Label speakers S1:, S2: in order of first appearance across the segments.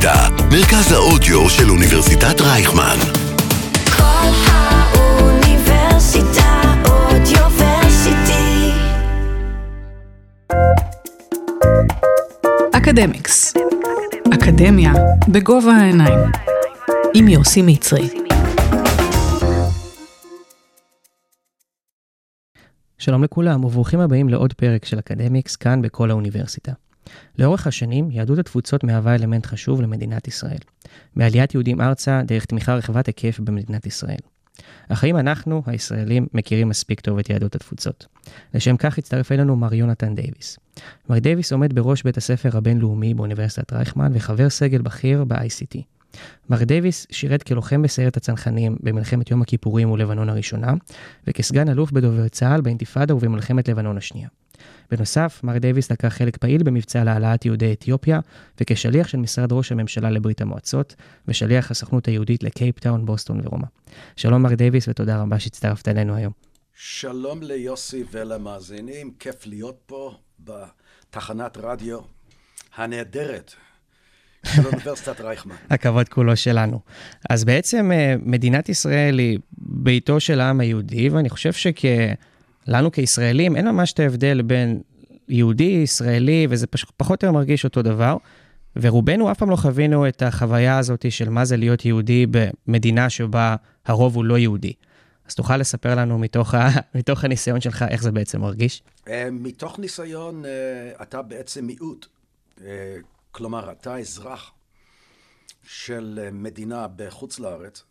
S1: האוניברסיטה, מרכז האודיו של אוניברסיטת רייכמן.
S2: כל האוניברסיטה אודיוורסיטי.
S3: אקדמיקס. אקדמיה בגובה העיניים. עם יוסי מצרי.
S4: שלום לכולם וברוכים הבאים לעוד פרק של אקדמיקס כאן בכל האוניברסיטה. לאורך השנים, יהדות התפוצות מהווה אלמנט חשוב למדינת ישראל. בעליית יהודים ארצה דרך תמיכה רחבת היקף במדינת ישראל. אך האם אנחנו, הישראלים, מכירים מספיק טוב את יהדות התפוצות? לשם כך הצטרף אלינו מר יונתן דייוויס. מר דייוויס עומד בראש בית הספר הבינלאומי באוניברסיטת רייכמן וחבר סגל בכיר ב-ICT. מר דייוויס שירת כלוחם בסיירת הצנחנים במלחמת יום הכיפורים ולבנון הראשונה, וכסגן אלוף בדובר צה"ל באינתיפאדה ובמלחמת לבנון השנייה. בנוסף, מר דייוויס לקח חלק פעיל במבצע להעלאת יהודי אתיופיה, וכשליח של משרד ראש הממשלה לברית המועצות, ושליח הסוכנות היהודית לקייפטאון, בוסטון ורומא. שלום מר דייוויס ותודה רבה שהצטרפת אלינו היום.
S5: שלום ליוסי ולמאזינים, כיף להיות פה בתחנת רדיו הנהדרת של אוניברסיטת רייכמן.
S4: הכבוד כולו שלנו. אז בעצם מדינת ישראל היא ביתו של העם היהודי, ואני חושב לנו כישראלים אין ממש את ההבדל בין יהודי, ישראלי, וזה פחות או יותר מרגיש אותו דבר, ורובנו אף פעם לא חווינו את החוויה הזאת של מה זה להיות יהודי במדינה שבה הרוב הוא לא יהודי. אז תוכל לספר לנו מתוך הניסיון שלך איך זה בעצם מרגיש?
S5: מתוך ניסיון אתה בעצם מיעוט, כלומר אתה אזרח של מדינה בחוץ לארץ,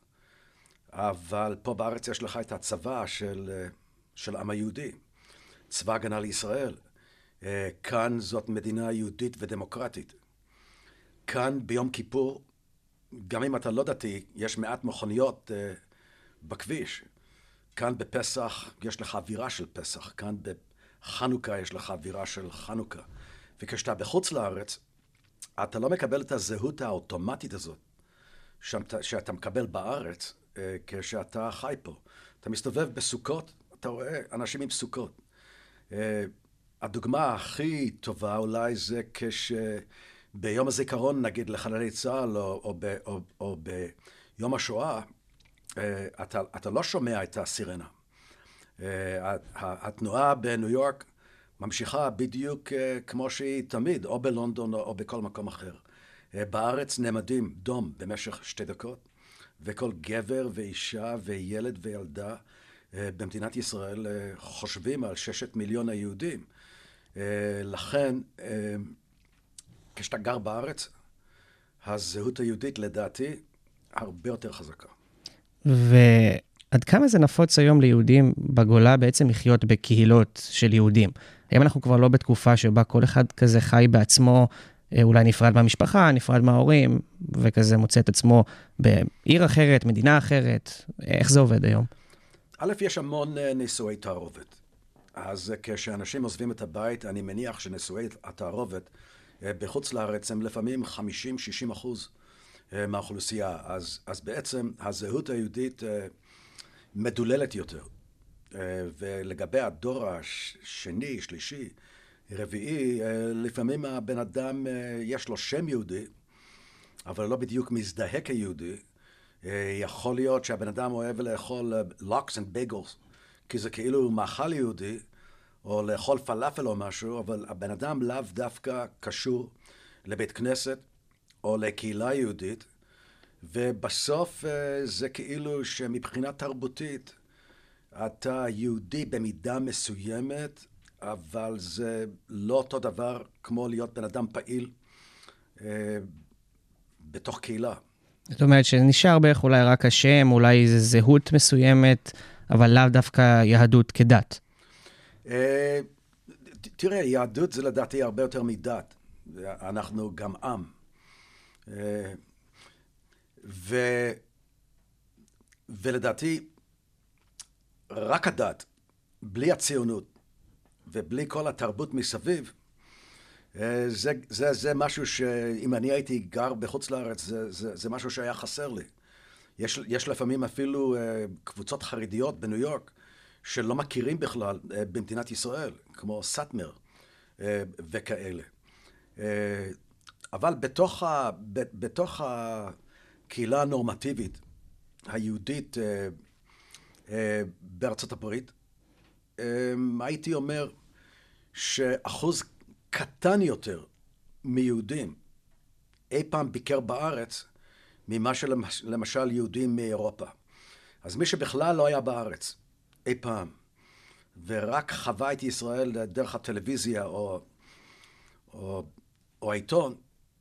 S5: אבל פה בארץ יש לך את הצבא של העם היהודי, צבא הגנה לישראל. כאן זאת מדינה יהודית ודמוקרטית. כאן ביום כיפור, גם אם אתה לא דתי, יש מעט מכוניות בכביש. כאן בפסח יש לך אווירה של פסח, כאן בחנוכה יש לך אווירה של חנוכה. וכשאתה בחוץ לארץ, אתה לא מקבל את הזהות האוטומטית הזאת, שאתה מקבל בארץ כשאתה חי פה. אתה מסתובב בסוכות, אתה רואה אנשים עם סוכות. הדוגמה הכי טובה אולי זה כשביום הזיכרון, נגיד לחללי צה"ל או ביום השואה, אתה לא שומע את הסירנה. התנועה בניו יורק ממשיכה בדיוק כמו שהיא תמיד, או בלונדון או בכל מקום אחר. בארץ נעמדים דום במשך 2 דקות, וכל גבר ואישה וילד וילדה במדינת ישראל חושבים על 6 מיליון היהודים. לכן, כשאתה גר בארץ, הזהות היהודית לדעתי הרבה יותר חזקה.
S4: ועד כמה זה נפוץ היום ליהודים בגולה בעצם לחיות בקהילות של יהודים? האם אנחנו כבר לא בתקופה שבה כל אחד כזה חי בעצמו, אולי נפרד מהמשפחה, נפרד מההורים, וכזה מוצא את עצמו בעיר אחרת, מדינה אחרת? איך זה עובד היום?
S5: א', יש המון נישואי תערובת. אז כשאנשים עוזבים את הבית, אני מניח שנישואי התערובת בחוץ לארץ הם לפעמים 50-60% מהאוכלוסייה. אז בעצם הזהות היהודית מדוללת יותר. ולגבי הדור השני, שלישי, רביעי, לפעמים הבן אדם יש לו שם יהודי, אבל לא בדיוק מזדהה כיהודי. יכול להיות שהבן אדם אוהב לאכול לוקס ובייגלס, כי זה כאילו מאכל יהודי, או לאכול פלאפל או משהו, אבל הבן אדם לאו דווקא קשור לבית כנסת או לקהילה יהודית, ובסוף זה כאילו שמבחינה תרבותית אתה יהודי במידה מסוימת, אבל זה לא אותו דבר כמו להיות בן אדם פעיל בתוך קהילה.
S4: זאת אומרת שנשאר בערך אולי רק השם, אולי איזו זהות מסוימת, אבל לאו דווקא יהדות כדת.
S5: תראה, יהדות זה לדעתי הרבה יותר מדת. אנחנו גם עם. ולדעתי, רק הדת, בלי הציונות ובלי כל התרבות מסביב, זה משהו שאם אני הייתי גר בחוץ לארץ, זה משהו שהיה חסר לי. יש לפעמים אפילו קבוצות חרדיות בניו יורק, שלא מכירים בכלל במדינת ישראל, כמו סאטמר וכאלה. אבל בתוך הקהילה הנורמטיבית היהודית בארצות הברית, הייתי אומר שאחוז קטן יותר מיהודים אי פעם ביקר בארץ ממה שלמשל יהודים מאירופה. אז מי שבכלל לא היה בארץ אי פעם, ורק חווה את ישראל דרך הטלוויזיה או העיתון,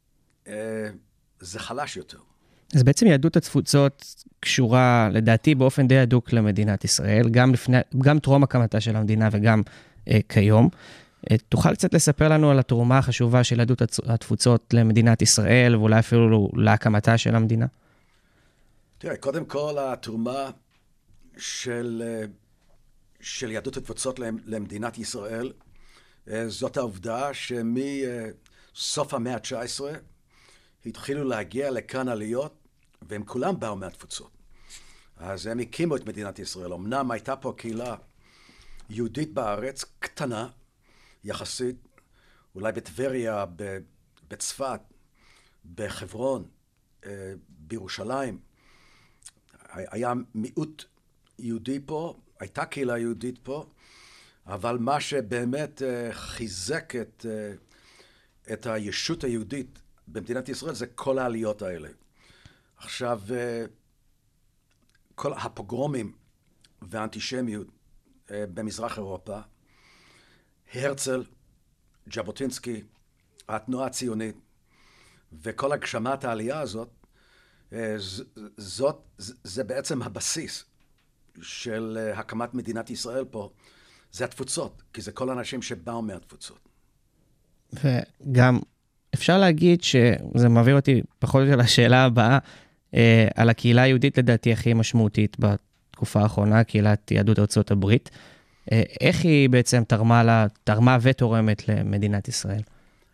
S5: זה חלש יותר.
S4: אז בעצם יהדות התפוצות קשורה, לדעתי, באופן די הדוק למדינת ישראל, גם טרום הקמתה של המדינה וגם כיום. תוכל קצת לספר לנו על התרומה החשובה של יהדות התפוצות למדינת ישראל, ואולי אפילו להקמתה של המדינה?
S5: תראה, קודם כל, התרומה של יהדות התפוצות למדינת ישראל, זאת העובדה שמסוף המאה ה-19 התחילו להגיע לכאן עליות, והם כולם באו מהתפוצות. אז הם הקימו את מדינת ישראל. אמנם הייתה פה קהילה יהודית בארץ, קטנה, יחסית, אולי בטבריה, בצפת, בחברון, בירושלים. היה מיעוט יהודי פה, הייתה קהילה יהודית פה, אבל מה שבאמת חיזק את הישות היהודית במדינת ישראל זה כל העליות האלה. עכשיו, כל הפוגרומים והאנטישמיות במזרח אירופה, הרצל, ז'בוטינסקי, התנועה הציונית, וכל הגשמת העלייה הזאת, זה בעצם הבסיס של הקמת מדינת ישראל פה, זה התפוצות, כי זה כל האנשים שבאו מהתפוצות.
S4: וגם אפשר להגיד שזה מעביר אותי פחות או יותר לשאלה הבאה, על הקהילה היהודית לדעתי הכי משמעותית בתקופה האחרונה, קהילת יהדות ארצות הברית. איך היא בעצם תרמה ותורמת למדינת ישראל?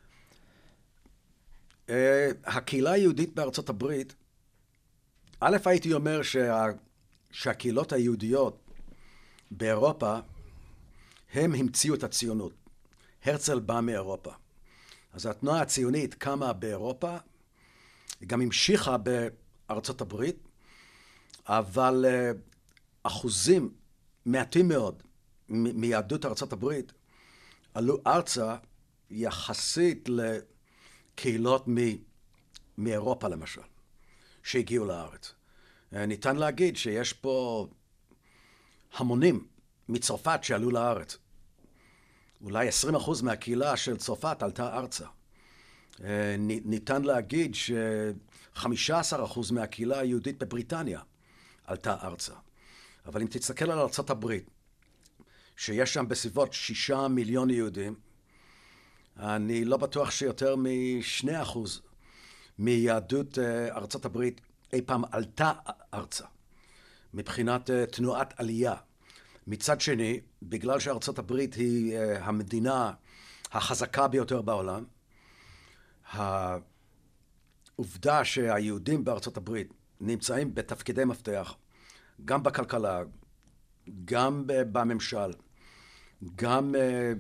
S5: הקהילה היהודית בארצות הברית, א', הייתי אומר שהקהילות היהודיות באירופה, הם המציאו את הציונות. הרצל בא מאירופה. אז התנועה הציונית קמה באירופה, היא גם המשיכה בארצות הברית, אבל אחוזים מעטים מאוד מיהדות ארצות הברית עלו ארצה יחסית לקהילות מאירופה למשל, שהגיעו לארץ. ניתן להגיד שיש פה המונים מצרפת שעלו לארץ. אולי 20% מהקהילה של צרפת עלתה ארצה. ניתן להגיד ש15% מהקהילה היהודית בבריטניה עלתה ארצה. אבל אם תסתכל על ארצות הברית, שיש שם בסביבות 6 מיליון יהודים, אני לא בטוח שיותר מ2% מיהדות ארצות הברית אי פעם עלתה ארצה, מבחינת תנועת עלייה. מצד שני, בגלל שארצות הברית היא המדינה החזקה ביותר בעולם, העובדה שהיהודים בארצות הברית נמצאים בתפקידי מפתח, גם בכלכלה, גם בממשל, גם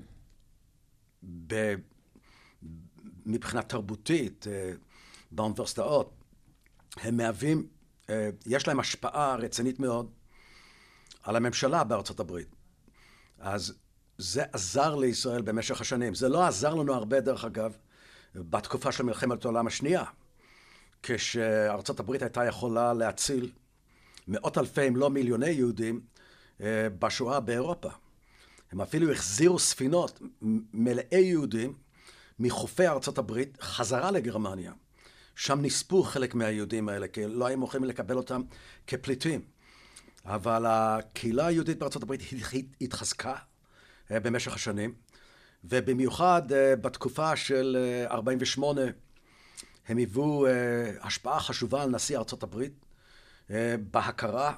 S5: מבחינה תרבותית, באוניברסיטאות, הם מהווים, יש להם השפעה רצינית מאוד על הממשלה בארצות הברית. אז זה עזר לישראל במשך השנים. זה לא עזר לנו הרבה, דרך אגב, בתקופה של מלחמת העולם השנייה, כשארצות הברית הייתה יכולה להציל מאות אלפי, אם לא מיליוני יהודים, בשואה באירופה. הם אפילו החזירו ספינות מלאי יהודים מחופי ארצות הברית חזרה לגרמניה. שם נספו חלק מהיהודים האלה, כי לא היו מוכנים לקבל אותם כפליטים. אבל הקהילה היהודית בארצות הברית התחזקה במשך השנים, ובמיוחד בתקופה של 48' הם היוו השפעה חשובה על נשיא ארצות הברית, בהכרה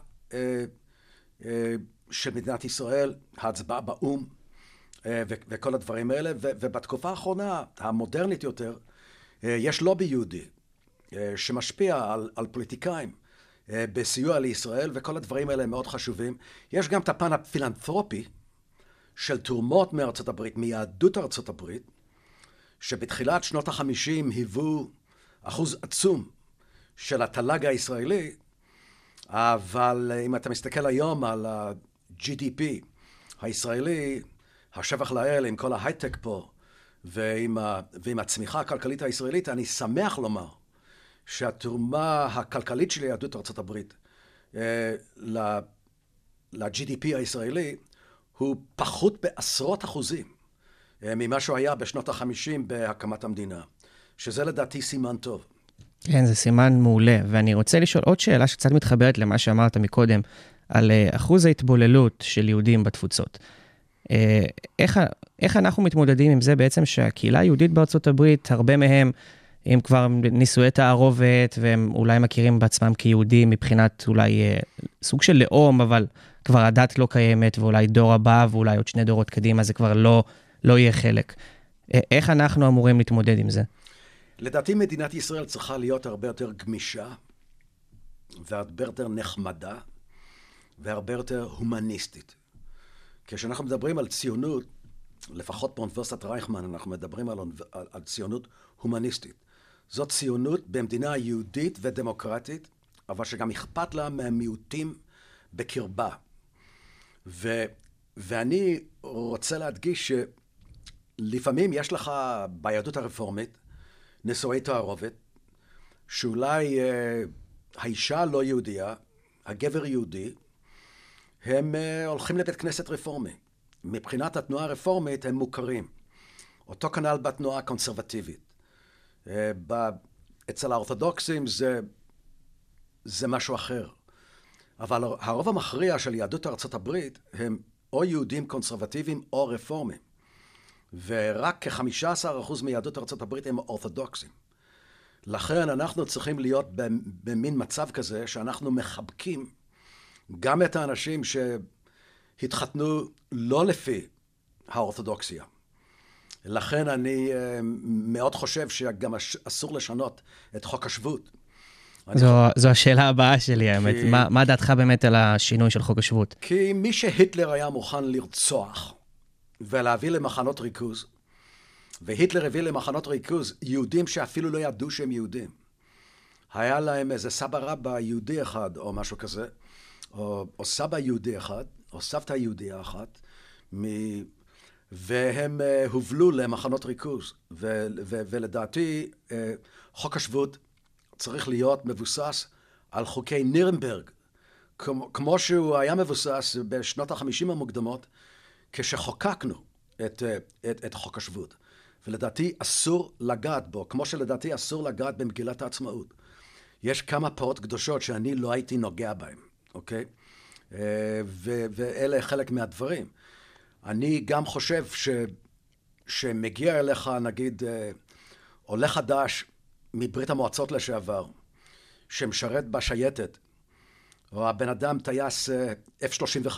S5: של מדינת ישראל, ההצבעה באום וכל הדברים האלה. ובתקופה האחרונה, המודרנית יותר, יש לובי יהודי שמשפיע על פוליטיקאים בסיוע לישראל, וכל הדברים האלה הם מאוד חשובים. יש גם את הפן הפילנתרופי של תרומות מארצות הברית, מיהדות ארצות הברית, שבתחילת שנות ה-50 היוו אחוז עצום של התל"ג הישראלי, אבל אם אתה מסתכל היום על ה-GDP הישראלי, השבח לאל עם כל ההייטק פה, ועם הצמיחה הכלכלית הישראלית, אני שמח לומר שהתרומה הכלכלית של יהדות ארצות הברית ל-GDP הישראלי הוא פחות בעשרות אחוזים ממה שהוא היה בשנות ה-50 בהקמת המדינה, שזה לדעתי סימן טוב.
S4: כן, זה סימן מעולה, ואני רוצה לשאול עוד שאלה שקצת מתחברת למה שאמרת מקודם, על אחוז ההתבוללות של יהודים בתפוצות. איך אנחנו מתמודדים עם זה בעצם שהקהילה היהודית בארצות הברית, הרבה מהם הם כבר נישואי תערובת, והם אולי מכירים בעצמם כיהודים מבחינת אולי סוג של לאום, אבל כבר הדת לא קיימת, ואולי דור הבא, ואולי עוד 2 דורות קדימה, זה כבר לא יהיה חלק. איך אנחנו אמורים להתמודד עם זה?
S5: לדעתי מדינת ישראל צריכה להיות הרבה יותר גמישה, והרבה יותר נחמדה, והרבה יותר הומניסטית. כשאנחנו מדברים על ציונות, לפחות באוניברסיטת רייכמן, אנחנו מדברים על ציונות הומניסטית. זאת ציונות במדינה יהודית ודמוקרטית, אבל שגם אכפת לה מהמיעוטים בקרבה. ואני רוצה להדגיש שלפעמים יש לך ביהדות הרפורמית נישואי תערובת, שאולי האישה לא יהודייה, הגבר יהודי, הם הולכים לבית כנסת רפורמי. מבחינת התנועה הרפורמית הם מוכרים. אותו כנ"ל בתנועה הקונסרבטיבית. אצל האורתודוקסים זה משהו אחר. אבל הרוב המכריע של יהדות ארצות הברית הם או יהודים קונסרבטיביים או רפורמים. ורק כ-15% מיהדות ארצות הברית הם אורתודוקסים. לכן אנחנו צריכים להיות במין מצב כזה שאנחנו מחבקים גם את האנשים שהתחתנו לא לפי האורתודוקסיה. לכן אני מאוד חושב שגם אסור לשנות את חוק השבות.
S4: זו השאלה הבאה שלי, האמת. מה דעתך באמת על השינוי של חוק השבות?
S5: כי מי שהיטלר היה מוכן לרצוח ולהביא למחנות ריכוז, והיטלר הביא למחנות ריכוז יהודים שאפילו לא ידעו שהם יהודים. היה להם איזה סבא רבא יהודי אחד או משהו כזה, או סבא יהודי אחד, או סבתא יהודייה אחת, והם הובלו למחנות ריכוז. ולדעתי, חוק השבות צריך להיות מבוסס על חוקי נירנברג, כמו שהוא היה מבוסס בשנות ה-50 המוקדמות, כשחוקקנו את חוק השבות. ולדעתי אסור לגעת בו, כמו שלדעתי אסור לגעת במגילת העצמאות. יש כמה פרות קדושות שאני לא הייתי נוגע בהם, אוקיי? ואלה חלק מהדברים. אני גם חושב שמגיע אליך, נגיד, עולה חדש מברית המועצות לשעבר, שמשרת בשייטת, או הבן אדם טייס F-35,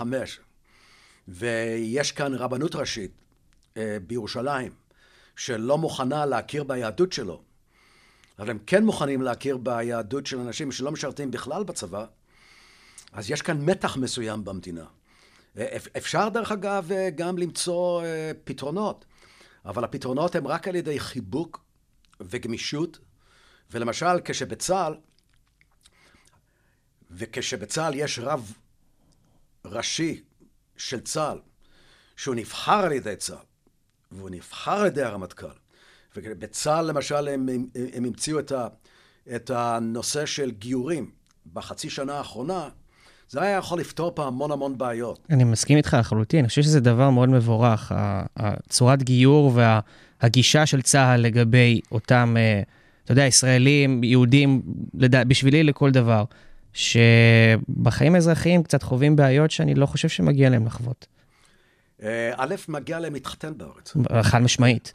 S5: ויש כאן רבנות ראשית בירושלים, שלא מוכנה להכיר ביהדות שלו, אבל הם כן מוכנים להכיר ביהדות של אנשים שלא משרתים בכלל בצבא, אז יש כאן מתח מסוים במדינה. אפשר דרך אגב גם למצוא פתרונות, אבל הפתרונות הם רק על ידי חיבוק וגמישות, ולמשל כשבצה"ל יש רב ראשי של צה"ל, שהוא נבחר על ידי צה"ל, והוא נבחר על ידי הרמטכ"ל, ובצה"ל למשל הם המציאו את הנושא של גיורים בחצי שנה האחרונה, זה היה יכול לפתור פה המון בעיות.
S4: אני מסכים איתך לחלוטין, אני חושב שזה דבר מאוד מבורך, הצורת גיור והגישה של צה"ל לגבי אותם, אתה יודע, ישראלים, יהודים, בשבילי לכל דבר, שבחיים האזרחיים קצת חווים בעיות שאני לא חושב שמגיע להם לחוות.
S5: א', מגיע להם להתחתן בארץ.
S4: חד משמעית.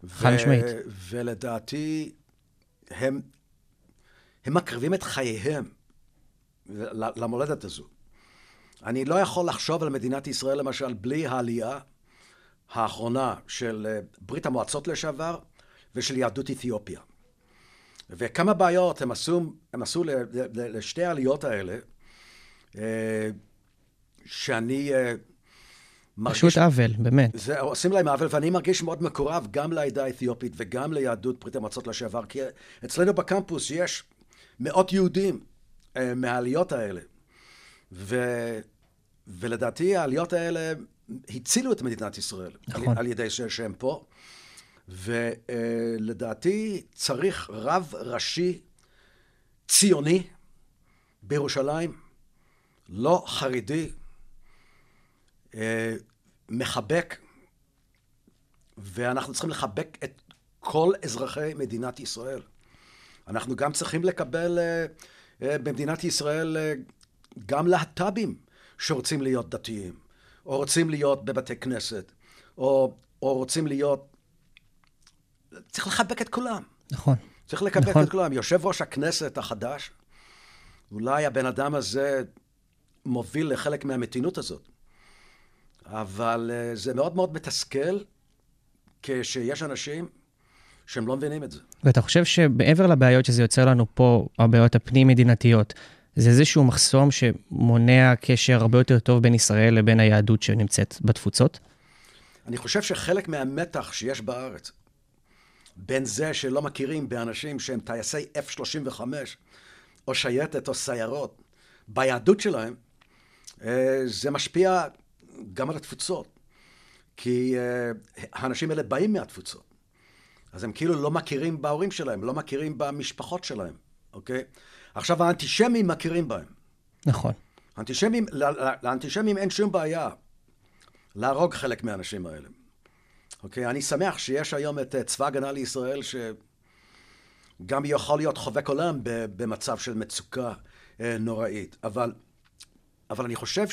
S5: ולדעתי, הם מקריבים את חייהם למולדת הזו. אני לא יכול לחשוב על מדינת ישראל, למשל, בלי העלייה האחרונה של ברית המועצות לשעבר ושל יהדות אתיופיה. וכמה בעיות הם עשו לשתי העליות האלה, שאני
S4: פשוט עוול, באמת.
S5: זה, עושים להם עוול, ואני מרגיש מאוד מקורב גם לעדה האתיופית וגם ליהדות ברית המועצות לשעבר, כי אצלנו בקמפוס יש מאות יהודים מהעליות האלה, ולדעתי העליות האלה הצילו את מדינת ישראל,
S4: נכון.
S5: על ידי שהם פה, ולדעתי צריך רב ראשי ציוני בירושלים, לא חרדי, מחבק, ואנחנו צריכים לחבק את כל אזרחי מדינת ישראל. אנחנו גם צריכים לקבל במדינת ישראל גם להט"בים שרוצים להיות דתיים, או רוצים להיות בבתי כנסת, או רוצים להיות... צריך לחבק את כולם.
S4: נכון.
S5: צריך לחבק
S4: נכון.
S5: את כולם. יושב ראש הכנסת החדש, אולי הבן אדם הזה מוביל לחלק מהמתינות הזאת. אבל זה מאוד מאוד מתסכל כשיש אנשים שהם לא מבינים את זה.
S4: ואתה חושב שמעבר לבעיות שזה יוצר לנו פה, הבעיות הפנים-מדינתיות, זה איזשהו מחסום שמונע קשר הרבה יותר טוב בין ישראל לבין היהדות שנמצאת בתפוצות?
S5: אני חושב שחלק מהמתח שיש בארץ, בין זה שלא מכירים באנשים שהם טייסי F-35, או שייטת או סיירות, ביהדות שלהם, זה משפיע גם על התפוצות. כי האנשים האלה באים מהתפוצות. אז הם כאילו לא מכירים בהורים שלהם, לא מכירים במשפחות שלהם, אוקיי? עכשיו האנטישמים מכירים בהם.
S4: נכון.
S5: לאנטישמים אין שום בעיה להרוג חלק מהאנשים האלה. אוקיי? אני שמח שיש היום את צבא הגנה לישראל, שגם יכול להיות חובק עולם במצב של מצוקה נוראית. אבל אני חושב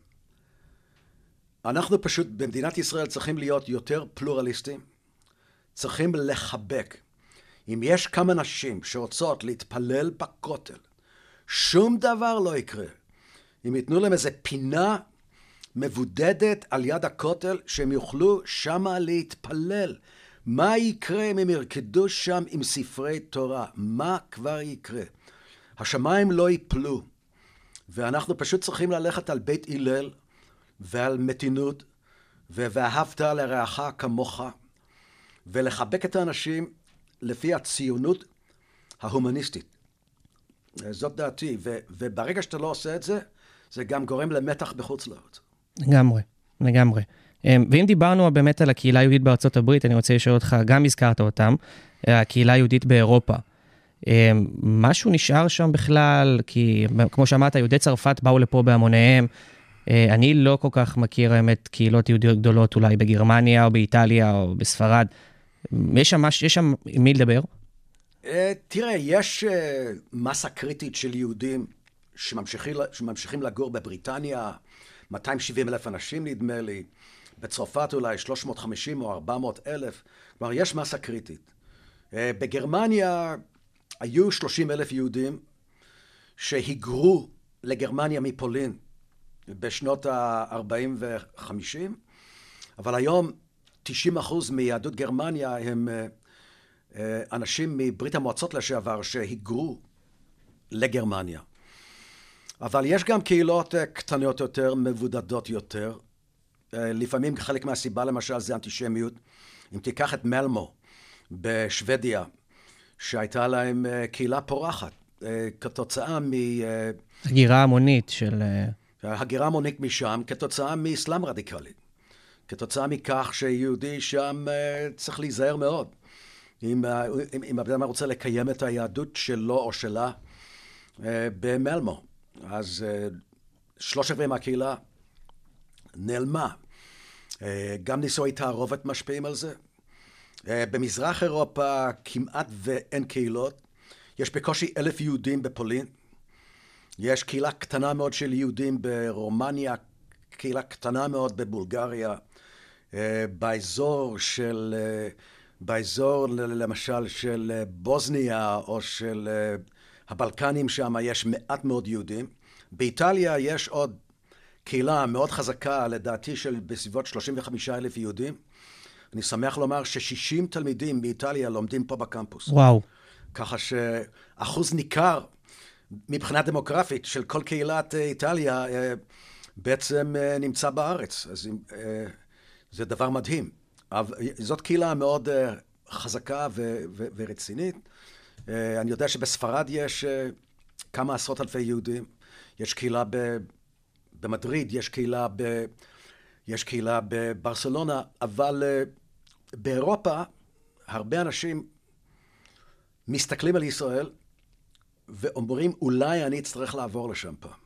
S5: שאנחנו פשוט במדינת ישראל צריכים להיות יותר פלורליסטים, צריכים לחבק. אם יש כמה נשים שרוצות להתפלל בכותל, שום דבר לא יקרה. אם ייתנו להם איזה פינה מבודדת על יד הכותל, שהם יוכלו שמה להתפלל. מה יקרה אם הם ירקדו שם עם ספרי תורה? מה כבר יקרה? השמיים לא ייפלו, ואנחנו פשוט צריכים ללכת על בית הלל ועל מתינות, ואהבת לרעך כמוך, ולחבק את האנשים לפי הציונות ההומניסטית. זאת דעתי, וברגע שאתה לא עושה את זה, זה גם גורם למתח בחוץ לארץ.
S4: לגמרי, לגמרי. ואם דיברנו באמת על הקהילה היהודית בארצות הברית, אני רוצה לשאול אותך, גם הזכרת אותם, הקהילה היהודית באירופה. משהו נשאר שם בכלל, כי כמו שאמרת, יהודי צרפת באו לפה בהמוניהם, אני לא כל כך מכיר האמת קהילות יהודיות גדולות, אולי בגרמניה או באיטליה או בספרד. יש שם עם מי לדבר?
S5: תראה, יש מסה קריטית של יהודים שממשיכים לגור בבריטניה, 270,000 אנשים נדמה לי, בצרפת אולי 350 או 400,000, כלומר יש מסה קריטית. בגרמניה היו 30,000 יהודים שהיגרו לגרמניה מפולין בשנות ה-40 ו-50, אבל היום 90% מיהדות גרמניה הם אנשים מברית המועצות לשעבר שהיגרו לגרמניה. אבל יש גם קהילות קטנות יותר, מבודדות יותר. לפעמים חלק מהסיבה למשל זה אנטישמיות. אם תיקח את מלמו בשוודיה, שהייתה להם קהילה פורחת, כתוצאה
S4: הגירה המונית של...
S5: הגירה המונית משם, כתוצאה מאסלאם רדיקלי. כתוצאה מכך שיהודי שם צריך להיזהר מאוד. אם הבן אדם רוצה לקיים את היהדות שלו או שלה במלמו, אז 3/4 מהקהילה נעלמה. גם נישואי תערובת משפיעים על זה. במזרח אירופה כמעט ואין קהילות. יש בקושי 1,000 יהודים בפולין. יש קהילה קטנה מאוד של יהודים ברומניה, קהילה קטנה מאוד בבולגריה, באזור למשל של בוסניה או של הבלקנים, שם יש מעט מאוד יהודים. באיטליה יש עוד קהילה מאוד חזקה, לדעתי של בסביבות 35,000 יהודים. אני שמח לומר ש60 תלמידים באיטליה לומדים פה בקמפוס.
S4: וואו.
S5: ככה שאחוז ניכר מבחינה דמוגרפית של כל קהילת איטליה בעצם נמצא בארץ. אז זה דבר מדהים. זאת קהילה מאוד חזקה ורצינית. אני יודע שבספרד יש כמה עשרות אלפי יהודים. יש קהילה במדריד, יש קהילה בברסלונה, אבל באירופה הרבה אנשים מסתכלים על ישראל ואומרים, אולי אני אצטרך לעבור לשם פעם.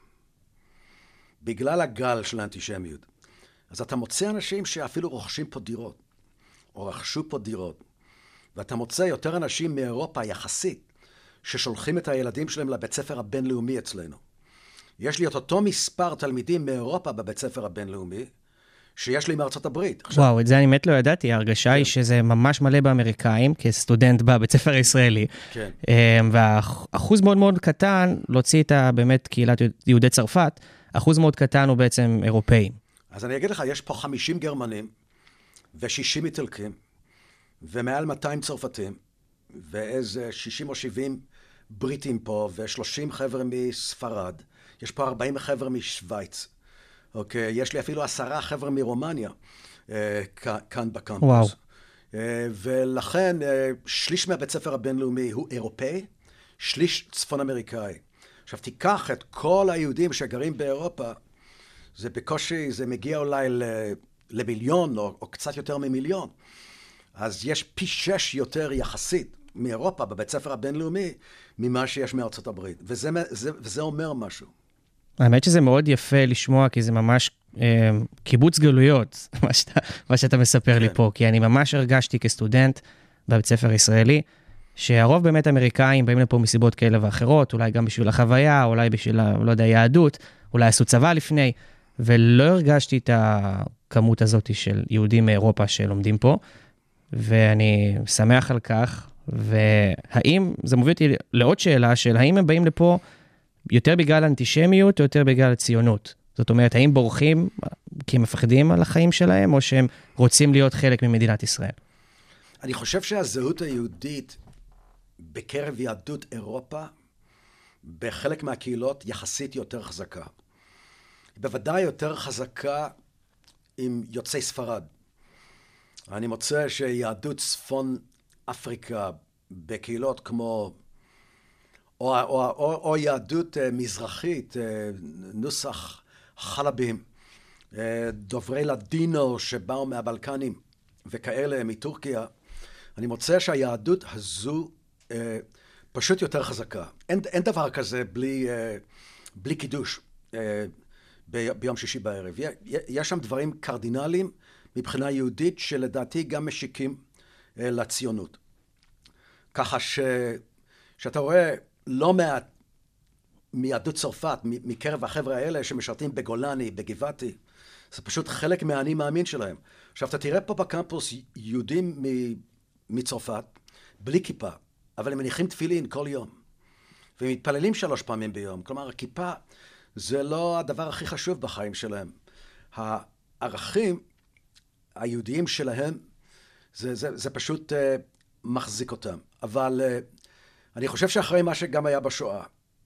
S5: בגלל הגל של האנטישמיות. אז אתה מוצא אנשים שאפילו רוכשים פה דירות, או רכשו פה דירות, ואתה מוצא יותר אנשים מאירופה יחסית, ששולחים את הילדים שלהם לבית ספר הבינלאומי אצלנו. יש לי את אותו מספר תלמידים מאירופה בבית ספר הבינלאומי, שיש לי מארצות הברית.
S4: וואו, את זה אני באמת לא ידעתי. ההרגשה היא שזה ממש מלא באמריקאים, כסטודנט בבית ספר הישראלי.
S5: כן.
S4: והאחוז מאוד מאוד קטן, להוציא את באמת קהילת יהודי צרפת, אחוז מאוד קטן הוא בעצם אירופאים.
S5: אז אני אגיד לך, יש פה 50 גרמנים, ו60 איטלקים, ומעל 200 צרפתים, ואיזה 60 או 70 בריטים פה, ו30 חבר'ה מספרד. יש פה 40 חבר'ה משוויץ. אוקיי, יש לי אפילו 10 חבר'ה מרומניה, כאן בקמפוס. וואו. ולכן, שליש מהבית ספר הבינלאומי הוא אירופאי, שליש צפון אמריקאי. עכשיו, תיקח את כל היהודים שגרים באירופה, זה בקושי, זה מגיע אולי למיליון, או קצת יותר ממיליון. אז יש פי 6 יותר יחסית מאירופה בבית ספר הבינלאומי, ממה שיש מארצות הברית. וזה אומר משהו.
S4: האמת שזה מאוד יפה לשמוע, כי זה ממש קיבוץ גלויות, מה שאתה מספר לי פה, כי אני ממש הרגשתי כסטודנט בבית ספר ישראלי, שהרוב באמת אמריקאים באים לפה מסיבות כאלה ואחרות, אולי גם בשביל החוויה, אולי בשביל, לא יודע, יהדות, אולי עשו צבא לפני, ולא הרגשתי את הכמות הזאת של יהודים מאירופה שלומדים פה, ואני שמח על כך, והאם, זה מוביל אותי לעוד שאלה של האם הם באים לפה יותר בגלל אנטישמיות או יותר בגלל ציונות? זאת אומרת, האם בורחים כי הם מפחדים על החיים שלהם, או שהם רוצים להיות חלק ממדינת ישראל?
S5: אני חושב שהזהות היהודית בקרב יהדות אירופה, בחלק מהקהילות יחסית יותר חזקה. בוודאי יותר חזקה עם יוצאי ספרד. אני מוצא שיהדות צפון אפריקה בקהילות כמו, או יהדות מזרחית, נוסח חלבים, דוברי לדינו שבאו מהבלקנים וכאלה מטורקיה, אני מוצא שהיהדות הזו פשוט יותר חזקה. אין דבר כזה בלי קידוש ביום שישי בערב. יש שם דברים קרדינליים מבחינה יהודית שלדעתי גם משיקים לציונות. ככה שאתה רואה לא מעט מיהדות צרפת, מקרב החבר'ה האלה שמשרתים בגולני, בגבעתי, זה פשוט חלק מהאני מאמין שלהם. עכשיו אתה תראה פה בקמפוס יהודים מצרפת, בלי כיפה, אבל הם מניחים תפילין כל יום. והם מתפללים 3 פעמים ביום. כלומר, הכיפה זה לא הדבר הכי חשוב בחיים שלהם. הערכים היהודיים שלהם, זה פשוט מחזיק אותם. אבל אני חושב שאחרי מה שגם היה בשואה,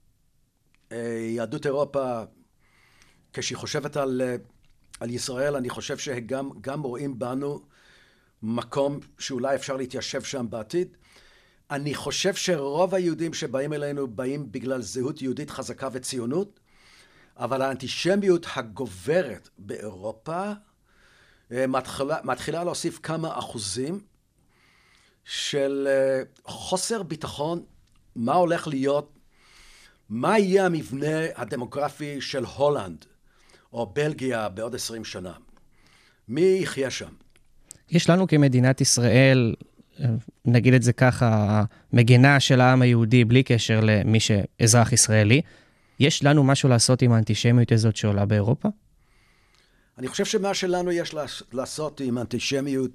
S5: יהדות אירופה, כשהיא חושבת על ישראל, אני חושב שגם רואים בנו מקום שאולי אפשר להתיישב שם בעתיד. אני חושב שרוב היהודים שבאים אלינו באים בגלל זהות יהודית חזקה וציונות, אבל האנטישמיות הגוברת באירופה מתחילה להוסיף כמה אחוזים של חוסר ביטחון, מה הולך להיות, מה יהיה המבנה הדמוגרפי של הולנד או בלגיה בעוד 20 שנה. מי יחיה שם?
S4: יש לנו כמדינת ישראל, נגיד את זה ככה, מגנה של העם היהודי בלי קשר למי שאזרח ישראלי. יש לנו משהו לעשות עם האנטישמיות הזאת שעולה באירופה?
S5: אני חושב שמה שלנו יש לעשות עם האנטישמיות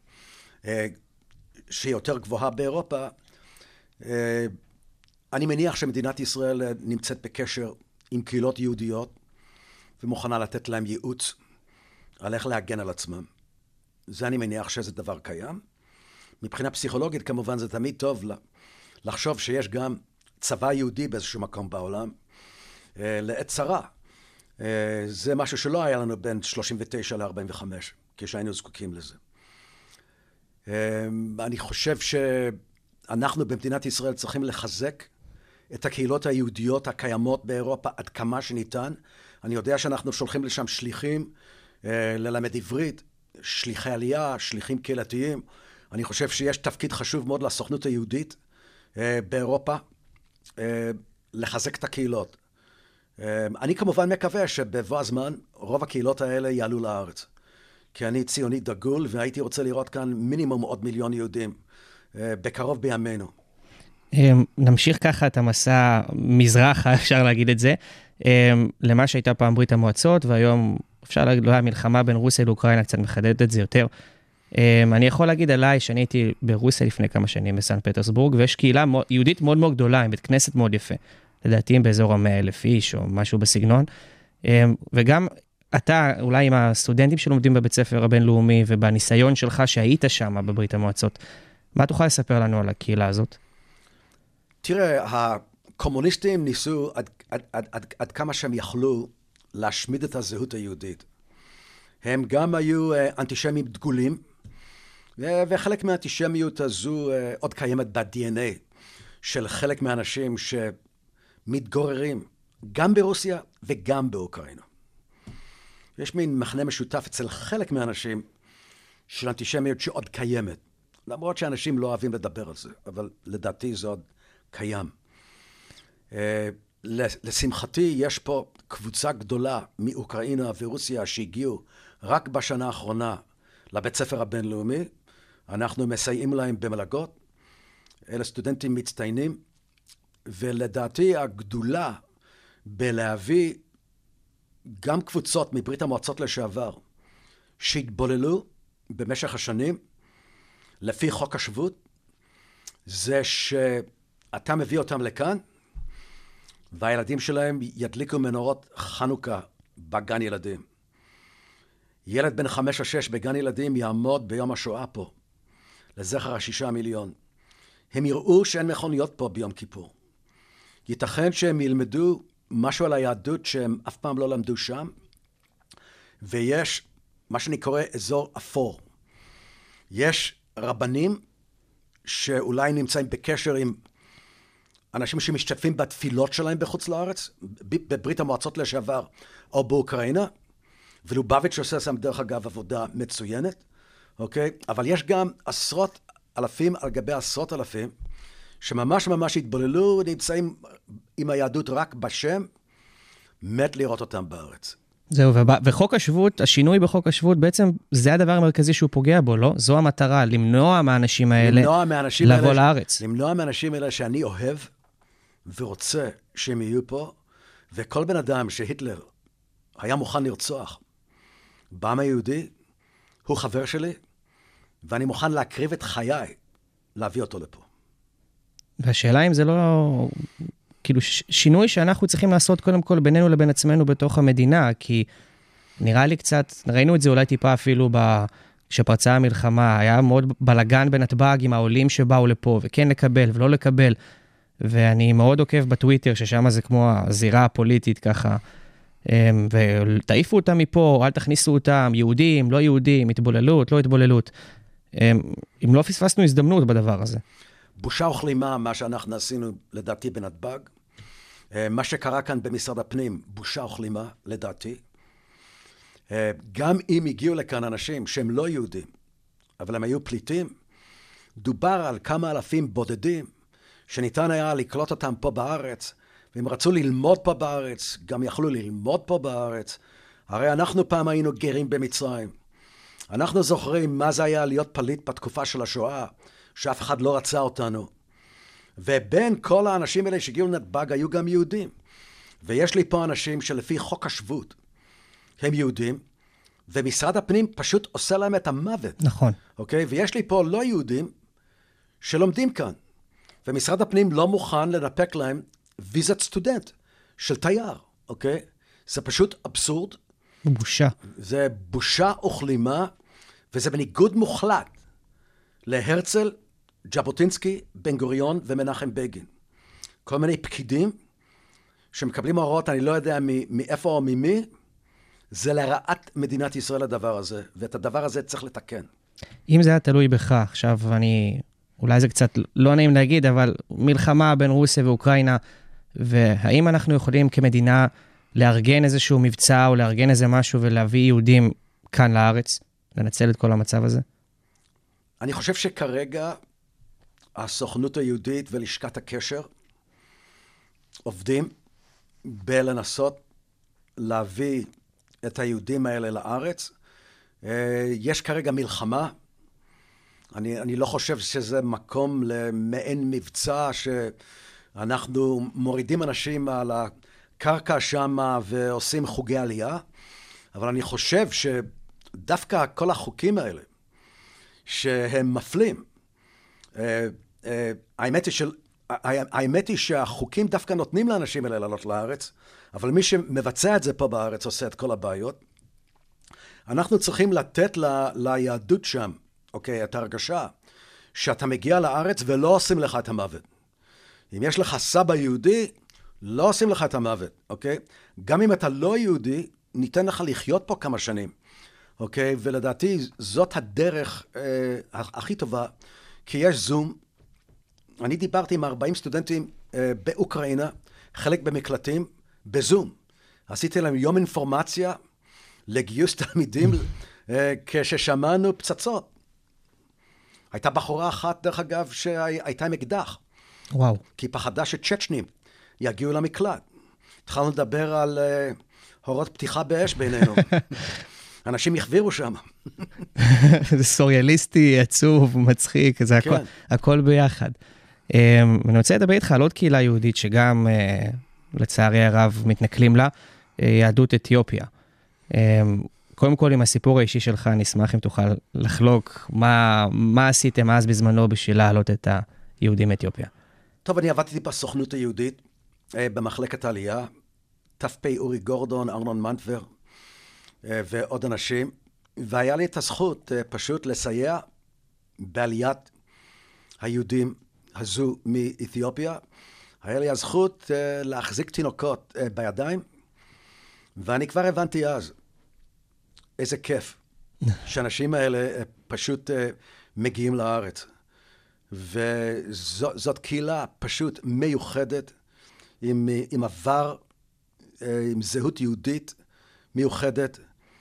S5: שהיא יותר גבוהה באירופה, אני מניח שמדינת ישראל נמצאת בקשר עם קהילות יהודיות, ומוכנה לתת להם ייעוץ על איך להגן על עצמם. זה אני מניח שזה דבר קיים. מבחינה פסיכולוגית כמובן זה תמיד טוב לחשוב שיש גם צבא יהודי באיזשהו מקום בעולם, לעת צרה. זה משהו שלא היה לנו בין 39 ל-45, כשהיינו זקוקים לזה. אני חושב שאנחנו במדינת ישראל צריכים לחזק את הקהילות היהודיות הקיימות באירופה עד כמה שניתן. אני יודע שאנחנו שולחים לשם שליחים ללמד עברית, שליחי עלייה, שליחים קהילתיים. אני חושב שיש תפקיד חשוב מאוד לסוכנות היהודית באירופה, לחזק את הקהילות. אני כמובן מקווה שבבוא הזמן רוב הקהילות האלה יעלו לארץ. כי אני ציוני דגול והייתי רוצה לראות כאן מינימום עוד מיליון יהודים בקרוב בימינו.
S4: נמשיך ככה את המסע מזרחה, אפשר להגיד את זה, למה שהייתה פעם ברית המועצות, והיום אפשר להגיד, המלחמה בין רוסיה לאוקראינה קצת מחדדת את זה יותר. אני יכול להגיד עליי שאני הייתי ברוסיה לפני כמה שנים בסן פטרסבורג, ויש קהילה יהודית מאוד מאוד גדולה, עם בית כנסת מאוד יפה. לדעתי באזור 100,000 איש או משהו בסגנון. וגם אתה, אולי עם הסטודנטים שלומדים בבית ספר הבינלאומי, ובניסיון שלך שהיית שם בברית המועצות, מה תוכל לספר לנו על הקהילה הזאת?
S5: תראה, הקומוניסטים ניסו עד כמה שהם יכלו להשמיד את הזהות היהודית. הם גם היו אנטישמים דגולים, וחלק מהאנטישמיות הזו עוד קיימת ב-DNA של חלק מהאנשים שמתגוררים גם ברוסיה וגם באוקראינה. יש מין מחנה משותף אצל חלק מהאנשים של אנטישמיות שעוד קיימת. למרות שאנשים לא אוהבים לדבר על זה, אבל לדעתי זה עוד קיים. לשמחתי יש פה קבוצה גדולה מאוקראינה ורוסיה שהגיעו רק בשנה האחרונה לבית ספר הבינלאומי. אנחנו מסייעים להם במלגות. אלה סטודנטים מצטיינים, ולדעתי הגדולה בלהביא גם קבוצות מברית המועצות לשעבר שהתבוללו במשך השנים לפי חוק השבות, זה שאתה מביא אותם לכאן והילדים שלהם ידליקו מנורות חנוכה בגן ילדים. ילד בן 5 או 6 בגן ילדים יעמוד ביום השואה פה לזכר 6 מיליון. הם יראו שאין מכוניות פה ביום כיפור. ייתכן שהם ילמדו משהו על היהדות שהם אף פעם לא למדו שם, ויש מה שאני קורא אזור אפור. יש רבנים שאולי נמצאים בקשר עם אנשים שמשתתפים בתפילות שלהם בחוץ לארץ, בברית המועצות לשעבר או באוקראינה, ולובביץ' עושה שם דרך אגב עבודה מצוינת, אוקיי? אבל יש גם עשרות אלפים על גבי עשרות אלפים, שממש ממש התבוללו, נמצאים עם היהדות רק בשם, מת לראות אותם בארץ.
S4: זהו, וחוק השבות, השינוי בחוק השבות, בעצם זה הדבר המרכזי שהוא פוגע בו, לא? זו המטרה, למנוע מהאנשים האלה לבוא לארץ.
S5: למנוע מהאנשים האלה שאני אוהב ורוצה שהם יהיו פה, וכל בן אדם שהיטלר היה מוכן לרצוח, בעם היהודי, הוא חבר שלי, ואני מוכן להקריב את חיי להביא אותו לפה.
S4: והשאלה אם זה לא, כאילו, שינוי שאנחנו צריכים לעשות קודם כל בינינו לבין עצמנו בתוך המדינה, כי נראה לי קצת, ראינו את זה אולי טיפה אפילו כשפרצה המלחמה, היה מאוד בלגן בנתב"ג עם העולים שבאו לפה, וכן לקבל ולא לקבל, ואני מאוד עוקב בטוויטר, ששם זה כמו הזירה הפוליטית ככה, ותעיפו אותם מפה, אל תכניסו אותם, יהודים, לא יהודים, התבוללות, לא התבוללות. אם לא פספסנו הזדמנות בדבר הזה.
S5: בושה וכלימה, מה שאנחנו עשינו לדעתי בנתב"ג, מה שקרה כאן במשרד הפנים, בושה וכלימה לדעתי. גם אם הגיעו לכאן אנשים שהם לא יהודים, אבל הם היו פליטים, דובר על כמה אלפים בודדים, שניתן היה לקלוט אותם פה בארץ, והם רצו ללמוד פה בארץ, גם יכלו ללמוד פה בארץ. הרי אנחנו פעם היינו גרים במצרים. אנחנו זוכרים מה זה היה להיות פליט בתקופה של השואה, שאף אחד לא רצה אותנו. ובין כל האנשים האלה שהגיעו לנתב"ג היו גם יהודים. ויש לי פה אנשים שלפי חוק השבות הם יהודים, ומשרד הפנים פשוט עושה להם את המוות.
S4: נכון.
S5: אוקיי? ויש לי פה לא יהודים שלומדים כאן. ומשרד הפנים לא מוכן לנפק להם ויזת סטודנט של תייר, אוקיי? זה פשוט אבסורד.
S4: בושה.
S5: זה בושה וכלימה, וזה בניגוד מוחלט להרצל, ז'בוטינסקי, בן גוריון ומנחם בגין. כל מיני פקידים שמקבלים הוראות, אני לא יודע מאיפה או ממי, זה לרעת מדינת ישראל הדבר הזה, ואת הדבר הזה צריך לתקן.
S4: אם זה היה תלוי בך, עכשיו אולי זה קצת לא נעים להגיד, אבל מלחמה בין רוסיה ואוקראינה, והאם אנחנו יכולים כמדינה לארגן איזשהו מבצע, או לארגן איזה משהו, ולהביא יהודים כאן לארץ, לנצל את כל המצב הזה?
S5: אני חושב שכרגע הסוכנות היהודית ולשכת הקשר עובדים בלנסות להביא את היהודים האלה לארץ. יש כרגע מלחמה. אני לא חושב שזה מקום למעין מבצע שאנחנו מורידים אנשים על הקרקע שם ועושים חוגי עלייה, אבל אני חושב שדווקא כל החוקים האלה שהם מפלים, האמת היא שהחוקים דווקא נותנים לאנשים האלה לעלות לארץ, אבל מי שמבצע את זה פה בארץ עושה את כל הבעיות. אנחנו צריכים לתת ליהדות שם, אוקיי, את ההרגשה שאתה מגיע לארץ ולא עושים לך את המוות. אם יש לך סבא יהודי, לא עושים לך את המוות, אוקיי? גם אם אתה לא יהודי, ניתן לך לחיות פה כמה שנים, אוקיי? ולדעתי זאת הדרך הכי טובה, כי יש זום. אני דיברתי עם 40 סטודנטים באוקראינה, חלק במקלטים, בזום. עשיתי להם יום אינפורמציה לגיוס תלמידים כששמענו פצצות. הייתה בחורה אחת, דרך אגב, שהייתה עם אקדח.
S4: וואו.
S5: כי פחדה שצ'צ'נים יגיעו למקלט. התחלנו לדבר על הורות פתיחה באש בינינו. אנשים יחבירו שם.
S4: זה סוריאליסטי, עצוב, מצחיק, זה הכל ביחד. אני רוצה לדבר איתך על עוד קהילה יהודית שגם, לצערי הרב, מתנכלים לה, יהדות אתיופיה. קודם כל, עם הסיפור האישי שלך, אני אשמח אם תוכל לחלוק מה עשיתם אז בזמנו בשביל להעלות את היהודים מאתיופיה.
S5: טוב, אני עבדתי בסוכנות היהודית, במחלקת העלייה, ת"פ אורי גורדון, ארנון מנטבר, ועוד אנשים, והיה לי את הזכות פשוט לסייע בעליית היהודים הזו מאתיופיה. היה לי הזכות להחזיק תינוקות בידיים, ואני כבר הבנתי אז איזה כיף שאנשים האלה פשוט מגיעים לארץ. וזאת קהילה פשוט מיוחדת, עם עבר, עם זהות יהודית מיוחדת,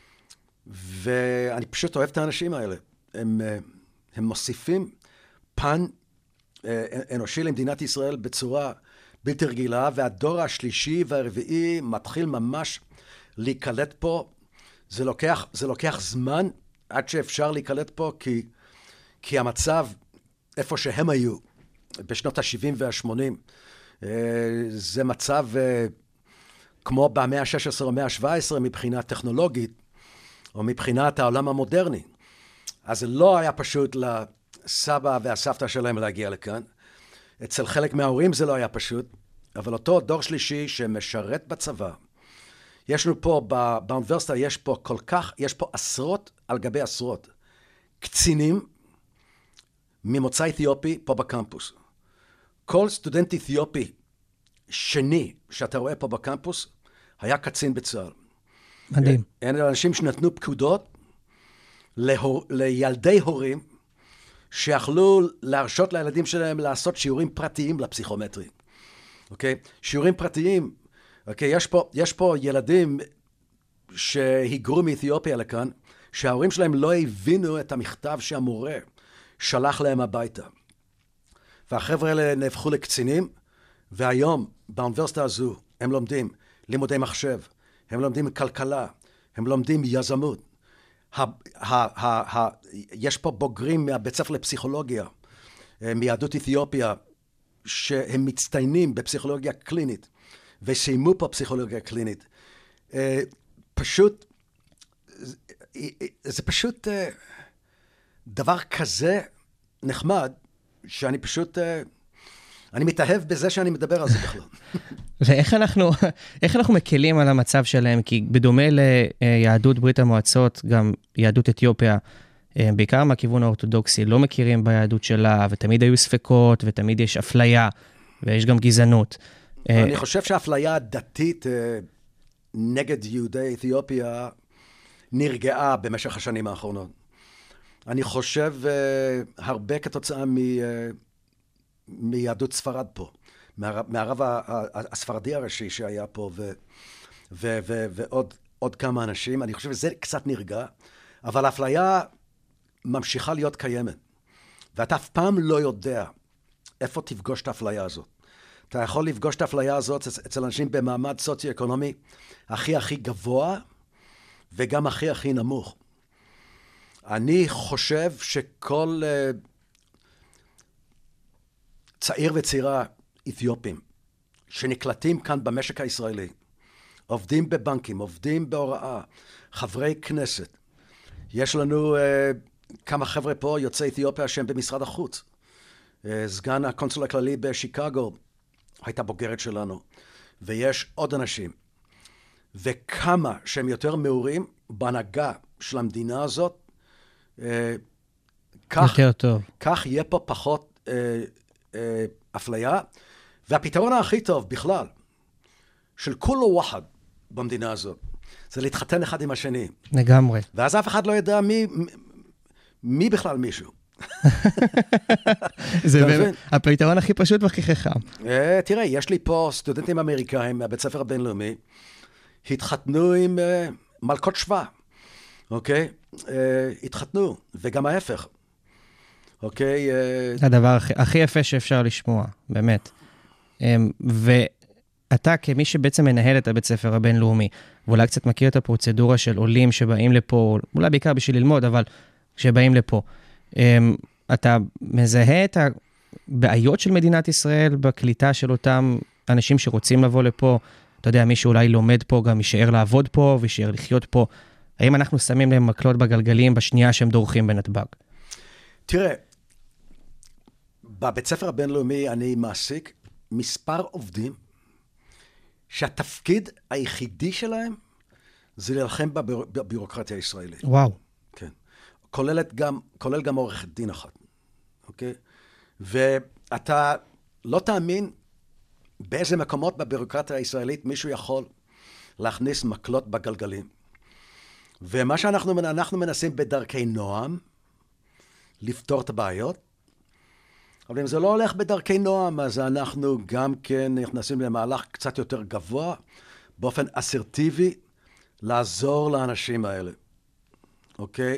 S5: ואני פשוט אוהב את האנשים האלה. הם מוסיפים פן אנושי למדינת ישראל בצורה בלתי רגילה, והדור השלישי והרביעי מתחיל ממש להיקלט פה. זה לוקח זמן עד שאפשר להיקלט פה, כי המצב איפה שהם היו בשנות ה-70 וה-80, זה מצב כמו במאה ה-16 או המאה ה-17 מבחינה טכנולוגית, או מבחינת העולם המודרני. אז זה לא היה פשוט לסבא והסבתא שלהם להגיע לכאן. אצל חלק מההורים זה לא היה פשוט, אבל אותו דור שלישי שמשרת בצבא, יש לנו פה באוניברסיטה, יש פה עשרות על גבי עשרות קצינים ממוצא אתיופי פה בקמפוס. כל סטודנט אתיופי שני שאתה רואה פה בקמפוס היה קצין בצה"ל.
S4: מדהים.
S5: אלה אנשים שנתנו פקודות לילדי הורים שיכלו להרשות לילדים שלהם לעשות שיעורים פרטיים לפסיכומטרי. אוקיי? שיעורים פרטיים. אוקיי, יש פה ילדים שהיגרו מאתיופיה לכאן, שההורים שלהם לא הבינו את המכתב שהמורה שלח להם הביתה. והחבר'ה האלה נהפכו לקצינים, והיום באוניברסיטה הזו הם לומדים לימודי מחשב, הם לומדים כלכלה, הם לומדים יזמות. יש פה בוגרים מהבית ספר לפסיכולוגיה, מיהדות אתיופיה, שהם מצטיינים בפסיכולוגיה קלינית, וסיימו פה פסיכולוגיה קלינית. זה פשוט דבר כזה נחמד, שאני פשוט, אני מתאהב בזה שאני מדבר על זה בכלל.
S4: ואיך אנחנו מקלים על המצב שלהם? כי בדומה ליהדות ברית המועצות, גם יהדות אתיופיה, בעיקר מהכיוון האורתודוקסי, לא מכירים ביהדות שלה, ותמיד היו ספקות, ותמיד יש אפליה, ויש גם גזענות.
S5: אני חושב שהאפליה הדתית נגד יהודי אתיופיה נרגעה במשך השנים האחרונות. אני חושב הרבה כתוצאה מיהדות ספרד פה, מהרב הספרדי הראשי שהיה פה, ועוד כמה אנשים. אני חושב שזה קצת נרגע, אבל האפליה ממשיכה להיות קיימת. ואתה אף פעם לא יודע איפה תפגוש את האפליה הזאת. אתה יכול לפגוש את האפליה הזאת אצל אנשים במעמד סוציו-אקונומי הכי גבוה, וגם הכי נמוך. אני חושב שכל צעיר וצעירה אתיופים שנקלטים כאן במשק הישראלי, עובדים בבנקים, עובדים בהוראה, חברי כנסת. יש לנו כמה חבר'ה פה יוצאי אתיופיה שהם במשרד החוץ. סגן הקונסול הכללי בשיקגו הייתה בוגרת שלנו, ויש עוד אנשים. וכמה שהם יותר מעורים בהנהגה של המדינה הזאת, כך יהיה פה פחות אפליה, והפתרון הכי טוב בכלל, של כולו ווחד במדינה הזאת, זה להתחתן אחד עם השני.
S4: לגמרי.
S5: ואז אף אחד לא ידע מי בכלל מישהו.
S4: זה באמת הפתרון הכי פשוט והכי חכם.
S5: תראה, יש לי פה סטודנטים אמריקאים מהבית ספר הבינלאומי, התחתנו עם מלכות שבא, אוקיי? התחתנו, וגם ההפך. אוקיי?
S4: הדבר הכי יפה שאפשר לשמוע, באמת. ואתה כמי שבעצם מנהל את הבית ספר הבינלאומי, ואולי קצת מכיר את הפרוצדורה של עולים שבאים לפה, אולי בעיקר בשביל ללמוד, אבל שבאים לפה. אתה מזהה את הבעיות של מדינת ישראל בקליטה של אותם אנשים שרוצים לבוא לפה, אתה יודע, מי שאולי לומד פה גם יישאר לעבוד פה ויישאר לחיות פה. האם אנחנו שמים להם מקלות בגלגלים בשנייה שהם דורכים בנתב"ג?
S5: תראה, בבית ספר הבינלאומי אני מעסיק מספר עובדים שהתפקיד היחידי שלהם זה להילחם בבירוקרטיה הישראלית.
S4: וואו.
S5: כן. כולל גם עורכת דין אחת. אוקיי? ואתה לא תאמין באיזה מקומות בבירוקרטיה הישראלית מישהו יכול להכניס מקלות בגלגלים. ומה שאנחנו מנסים בדרכי נועם, לפתור את הבעיות, אבל אם זה לא הולך בדרכי נועם, אז אנחנו גם כן נכנסים למהלך קצת יותר גבוה, באופן אסרטיבי, לעזור לאנשים האלה. אוקיי?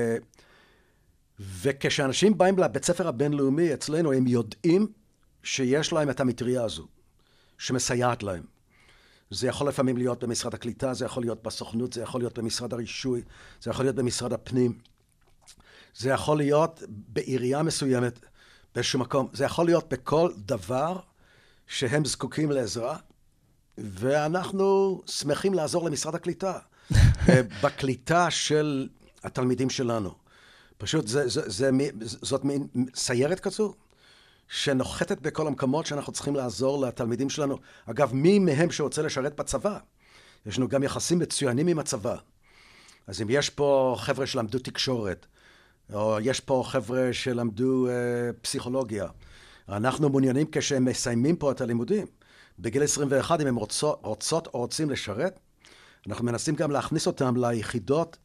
S5: וכשאנשים באים לבית ספר הבינלאומי אצלנו, הם יודעים שיש להם את המטריה הזו, שמסייעת להם. זה יכול לפעמים להיות במשרד הקליטה, זה יכול להיות בסוכנות, זה יכול להיות במשרד הרישוי, זה יכול להיות במשרד הפנים, זה יכול להיות בעירייה מסוימת, באיזשהו מקום, זה יכול להיות בכל דבר שהם זקוקים לעזרה, ואנחנו שמחים לעזור למשרד הקליטה, בקליטה של התלמידים שלנו. פשוט זאת מין סיירת כזו, שנוחתת בכל המקומות שאנחנו צריכים לעזור לתלמידים שלנו. אגב, מי מהם שרוצה לשרת בצבא? יש לנו גם יחסים מצוינים עם הצבא. אז אם יש פה חבר'ה שלמדו תקשורת, או יש פה חבר'ה שלמדו פסיכולוגיה, אנחנו מעוניינים כשהם מסיימים פה את הלימודים, בגיל 21, אם הם רוצות או רוצים לשרת, אנחנו מנסים גם להכניס אותם ליחידות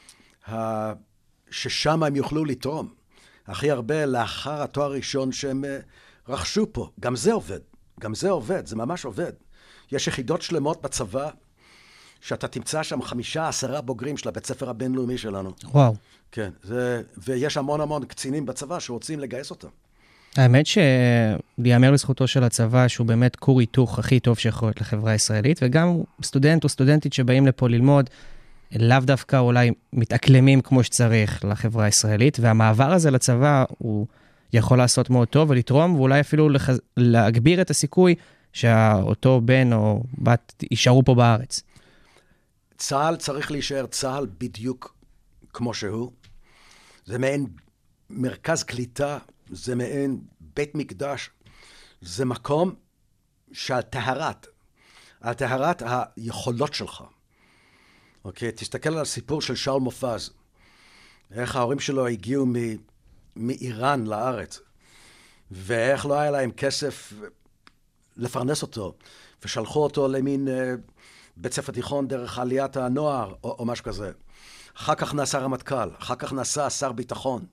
S5: ששם הם יוכלו לתרום. הכי הרבה לאחר התואר הראשון שהם רכשו פה. גם זה עובד. גם זה עובד. זה ממש עובד. יש יחידות שלמות בצבא, שאתה תמצא שם 5-10 בוגרים של הבית ספר הבינלאומי שלנו.
S4: וואו.
S5: כן. ויש המון קצינים בצבא שרוצים לגייס אותם.
S4: האמת שייאמר לזכותו של הצבא, שהוא באמת כור היתוך הכי טוב שיכול להיות לחברה הישראלית, וגם סטודנט או סטודנטית שבאים לפה ללמוד, לאו דווקא אולי מתאקלמים כמו שצריך לחברה הישראלית, והמעבר הזה לצבא הוא יכול לעשות מאוד טוב ולתרום, ואולי אפילו להגביר את הסיכוי שאותו בן או בת יישארו פה בארץ.
S5: צה"ל צריך להישאר צה"ל בדיוק כמו שהוא. זה מעין מרכז קליטה, זה מעין בית מקדש, זה מקום שעל טהרת היכולות שלך. אוקיי, תסתכל על הסיפור של שאול מופז, איך ההורים שלו הגיעו מאיראן לארץ, ואיך לא היה להם כסף לפרנס אותו, ושלחו אותו למין בית ספר תיכון דרך עליית הנוער, או משהו כזה. אחר כך נעשה רמטכ"ל, אחר כך נעשה שר ביטחון.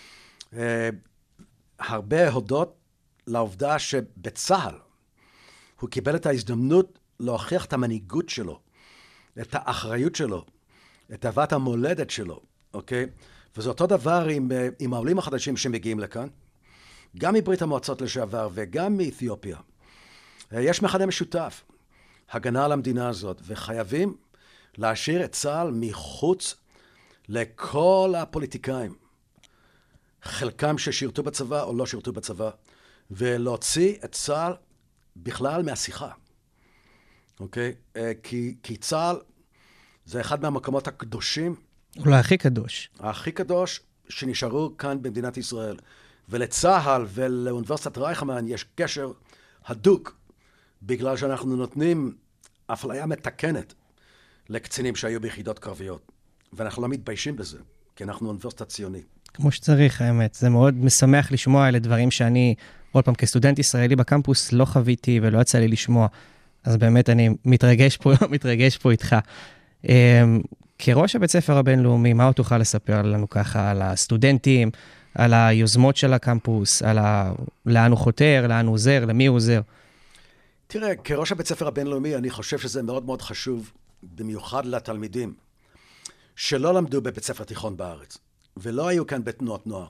S5: הרבה הודות לעובדה שבצה"ל הוא קיבל את ההזדמנות להוכיח את המנהיגות שלו, את האחריות שלו, את אהבת המולדת שלו, אוקיי? וזה אותו דבר עם העולים החדשים שמגיעים לכאן, גם מברית המועצות לשעבר וגם מאתיופיה. יש מכנה משותף, הגנה על המדינה הזאת, וחייבים להשאיר את צה"ל מחוץ לכל הפוליטיקאים, חלקם ששירתו בצבא או לא שירתו בצבא, ולהוציא את צה"ל בכלל מהשיחה, אוקיי? כי צה"ל זה אחד מהמקומות הקדושים.
S4: אולי הכי קדוש.
S5: הכי קדוש שנשארו כאן במדינת ישראל. ולצה"ל ולאוניברסיטת רייכמן יש קשר הדוק, בגלל שאנחנו נותנים אפליה מתקנת לקצינים שהיו ביחידות קרביות. ואנחנו לא מתביישים בזה, כי אנחנו אוניברסיטה ציונית.
S4: כמו שצריך, האמת. זה מאוד משמח לשמוע אלה דברים שאני, עוד פעם, כסטודנט ישראלי בקמפוס, לא חוויתי ולא יצא לי לשמוע. אז באמת אני מתרגש פה איתך. כראש הבית ספר הבינלאומי, מה עוד תוכל לספר לנו ככה על הסטודנטים, על היוזמות של הקמפוס, על לאן הוא חותר, לאן הוא עוזר, למי הוא עוזר?
S5: תראה, כראש הבית ספר הבינלאומי, אני חושב שזה מאוד מאוד חשוב, במיוחד לתלמידים, שלא למדו בבית ספר תיכון בארץ, ולא היו כאן בתנועות נוער.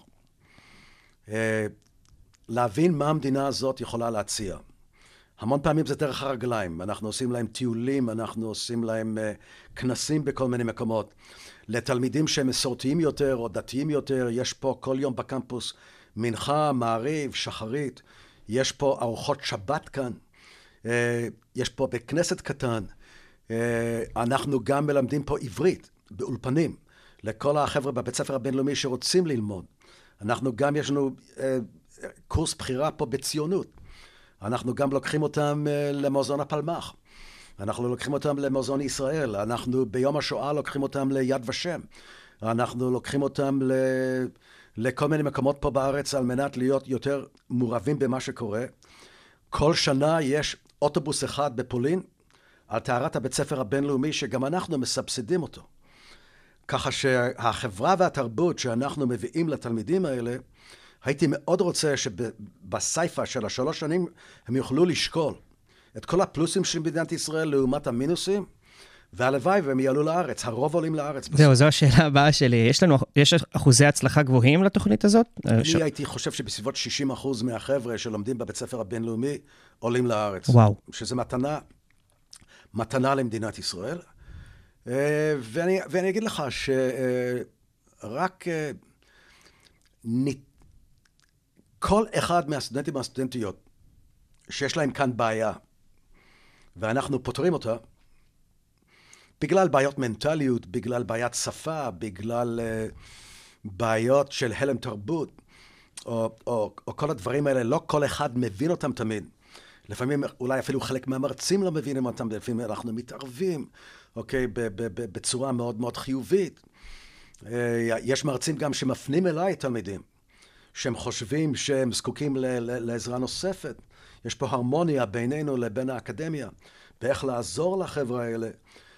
S5: להבין מה המדינה הזאת יכולה להציע. המון פעמים זה דרך הרגליים, אנחנו עושים להם טיולים, אנחנו עושים להם כנסים בכל מיני מקומות. לתלמידים שהם מסורתיים יותר או דתיים יותר, יש פה כל יום בקמפוס מנחה, מעריב, שחרית, יש פה ארוחות שבת כאן, יש פה בית כנסת קטן, אנחנו גם מלמדים פה עברית באולפנים, לכל החבר'ה בבית ספר הבינלאומי שרוצים ללמוד. אנחנו גם, יש לנו קורס בחירה פה בציונות. אנחנו גם לוקחים אותם למוזיאון הפלמ"ח. אנחנו לוקחים אותם למוזיאון ישראל. אנחנו ביום השואה לוקחים אותם ליד ושם. אנחנו לוקחים אותם לכל מיני מקומות פה בארץ על מנת להיות יותר מעורבים במה שקורה. כל שנה יש אוטובוס אחד בפולין על טהרת הבית ספר הבינלאומי שגם אנחנו מסבסדים אותו. ככה שהחברה והתרבות שאנחנו מביאים לתלמידים האלה, הייתי מאוד רוצה שבסייפה של 3 שנים הם יוכלו לשקול את כל הפלוסים של מדינת ישראל לעומת המינוסים, והלוואי והם יעלו לארץ, הרוב עולים לארץ.
S4: זהו, זו השאלה הבאה שלי. יש אחוזי הצלחה גבוהים לתוכנית הזאת?
S5: אני הייתי חושב שבסביבות 60% מהחבר'ה שלומדים בבית ספר הבינלאומי עולים לארץ.
S4: וואו.
S5: שזה מתנה למדינת ישראל. ואני אגיד לך שרק כל אחד מהסטודנטים והסטודנטיות שיש להם כאן בעיה, ואנחנו פותרים אותה, בגלל בעיות מנטליות, בגלל בעיית שפה, בגלל בעיות של הלם תרבות, או כל הדברים האלה, לא כל אחד מבין אותם תמיד. לפעמים אולי אפילו חלק מהמרצים לא מבינים אותם, לפעמים אנחנו מתערבים, אוקיי, בצורה מאוד מאוד חיובית. יש מרצים גם שמפנים אליי תלמידים, שהם חושבים שהם זקוקים לעזרה נוספת. יש פה הרמוניה בינינו לבין האקדמיה, באיך לעזור לחברה האלה.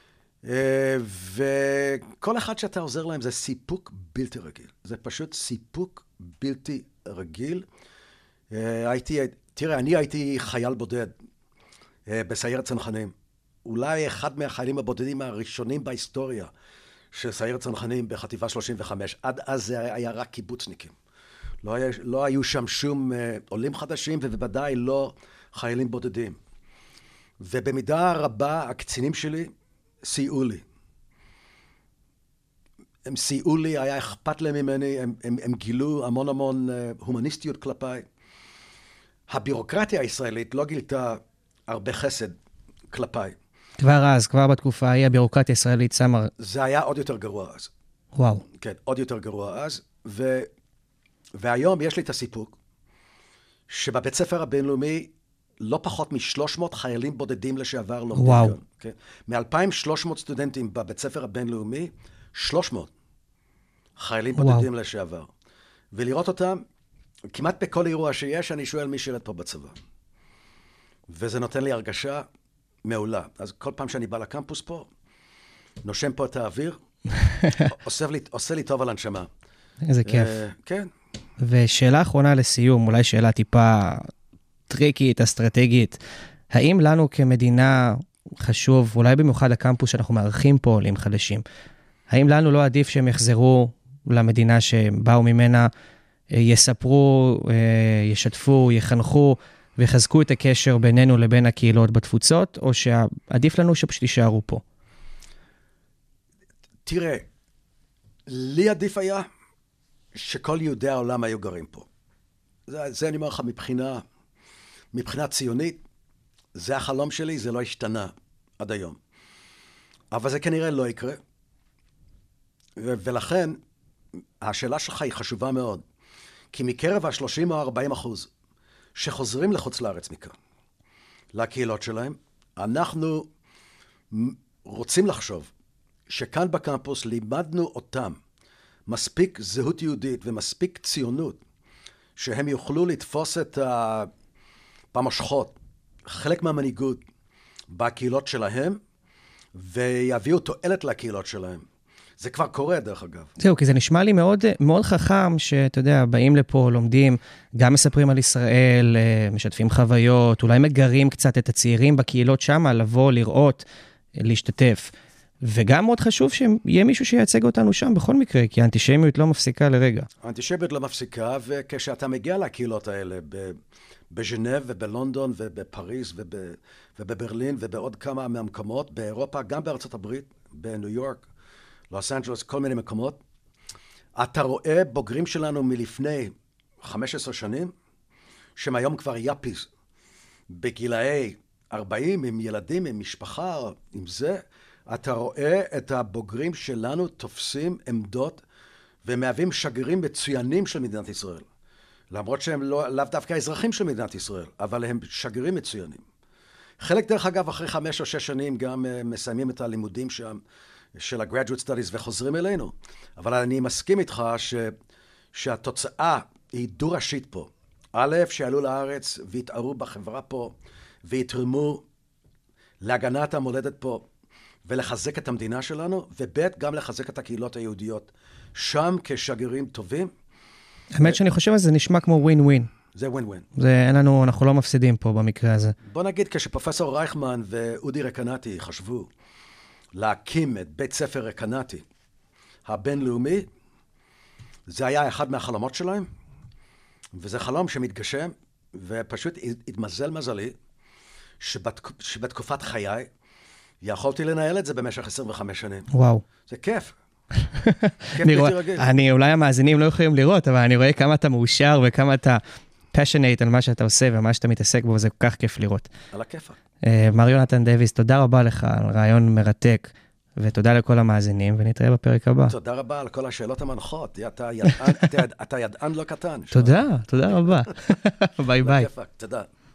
S5: וכל אחד שאתה עוזר להם זה סיפוק בלתי רגיל. זה פשוט סיפוק בלתי רגיל. תראה, אני הייתי חייל בודד בסיירת צנחנים. אולי אחד מהחיילים הבודדים הראשונים בהיסטוריה של סיירת צנחנים בחטיבה 35. עד אז זה היה רק קיבוצניקים. לא היו שם שום עולים חדשים, ובוודאי לא חיילים בודדים. ובמידה רבה הקצינים שלי סייעו לי. הם סייעו לי, היה אכפת להם ממני, הם גילו המון הומניסטיות כלפיי. הבירוקרטיה הישראלית לא גילתה הרבה חסד כלפיי.
S4: כבר בתקופה ההיא הבירוקרטיה הישראלית שמה...
S5: זה היה עוד יותר גרוע אז.
S4: וואו.
S5: כן, עוד יותר גרוע אז. והיום יש לי את הסיפוק שבבית ספר הבינלאומי לא פחות מ-300 חיילים בודדים לשעבר לומדים.
S4: וואו.
S5: כן? מ-2,300 סטודנטים בבית ספר הבינלאומי, 300 חיילים בודדים לשעבר. ולראות אותם, כמעט בכל אירוע שיש, אני שואל מי שירת פה בצבא. וזה נותן לי הרגשה מעולה. אז כל פעם שאני בא לקמפוס פה, נושם פה את האוויר, עושה לי טוב על הנשמה.
S4: איזה כיף.
S5: כן.
S4: ושאלה אחרונה לסיום, אולי שאלה טיפה טריקית, אסטרטגית. האם לנו כמדינה חשוב, אולי במיוחד הקמפוס שאנחנו מארחים פה עולים חדשים, האם לנו לא עדיף שהם יחזרו למדינה שבאו ממנה, יספרו, ישתפו, יחנכו, ויחזקו את הקשר בינינו לבין הקהילות בתפוצות, או שעדיף לנו שפשוט יישארו פה?
S5: תראה, לי עדיף היה שכל יהודי העולם היו גרים פה. זה אני אומר לך מבחינה ציונית, זה החלום שלי, זה לא השתנה עד היום. אבל זה כנראה לא יקרה. ולכן, השאלה שלך היא חשובה מאוד. כי מקרב ה-30 או 40% שחוזרים לחוץ לארץ מכאן, לקהילות שלהם, אנחנו רוצים לחשוב שכאן בקמפוס לימדנו אותם מספיק זהות יהודית ומספיק ציונות, שהם יוכלו לתפוס את במושכות, חלק מהמנהיגות בקהילות שלהם, ויביאו תועלת לקהילות שלהם. זה כבר קורה, דרך אגב.
S4: זהו, כי זה נשמע לי מאוד, מאוד חכם, שאתה יודע, באים לפה, לומדים, גם מספרים על ישראל, משתפים חוויות, אולי מגרים קצת את הצעירים בקהילות שם, לבוא, לראות, להשתתף. וגם מאוד חשוב שיהיה מישהו שייצג אותנו שם בכל מקרה, כי האנטישמיות לא מפסיקה לרגע.
S5: האנטישמיות לא מפסיקה, וכשאתה מגיע לקהילות האלה, בז'נב ובלונדון ובפריז ובברלין ובעוד כמה מהמקומות, באירופה, גם בארצות הברית, בניו יורק, לוס אנג'לס, כל מיני מקומות, אתה רואה בוגרים שלנו מלפני 15 שנים, שהם היום כבר יאפיס, בגילאי 40, עם ילדים, עם משפחה, עם זה, אתה רואה את הבוגרים שלנו תופסים עמדות, ומהווים שגרירים מצוינים של מדינת ישראל. למרות שהם לאו דווקא אזרחים של מדינת ישראל, אבל הם שגרירים מצוינים. חלק דרך אגב, אחרי 5 או 6 שנים גם מסיימים את הלימודים שם, של ה-Graduate Studies וחוזרים אלינו. אבל אני מסכים איתך שהתוצאה היא דו-ראשית פה. א', שעלו לארץ והתערו בחברה פה, והתרמו להגנת המולדת פה, ולחזק את המדינה שלנו, וב' גם לחזק את הקהילות היהודיות. שם כשגרירים טובים.
S4: האמת שאני חושב שזה נשמע כמו ווין-ווין.
S5: זה ווין-ווין.
S4: אנחנו לא מפסידים פה במקרה הזה.
S5: בוא נגיד, כשפרופסור רייכמן ואודי רקנטי חשבו להקים את בית ספר רקנטי הבינלאומי, זה היה אחד מהחלומות שלהם, וזה חלום שמתגשם, ופשוט התמזל מזלי, שבתקופת חיי, יכולתי לנהל את זה במשך 25 שנים.
S4: וואו.
S5: זה כיף. כיף בלתי רגיל.
S4: אולי המאזינים לא יכולים לראות, אבל אני רואה כמה אתה מאושר וכמה אתה passionate על מה שאתה עושה ומה שאתה מתעסק בו, וזה כל כך כיף לראות.
S5: על הכיפה.
S4: מר יונתן דוויס, תודה רבה לך על רעיון מרתק, ותודה לכל המאזינים, ונתראה בפרק הבא.
S5: תודה רבה על כל השאלות המנחות. אתה ידען לא קטן.
S4: תודה רבה. ביי ביי.
S5: תודה.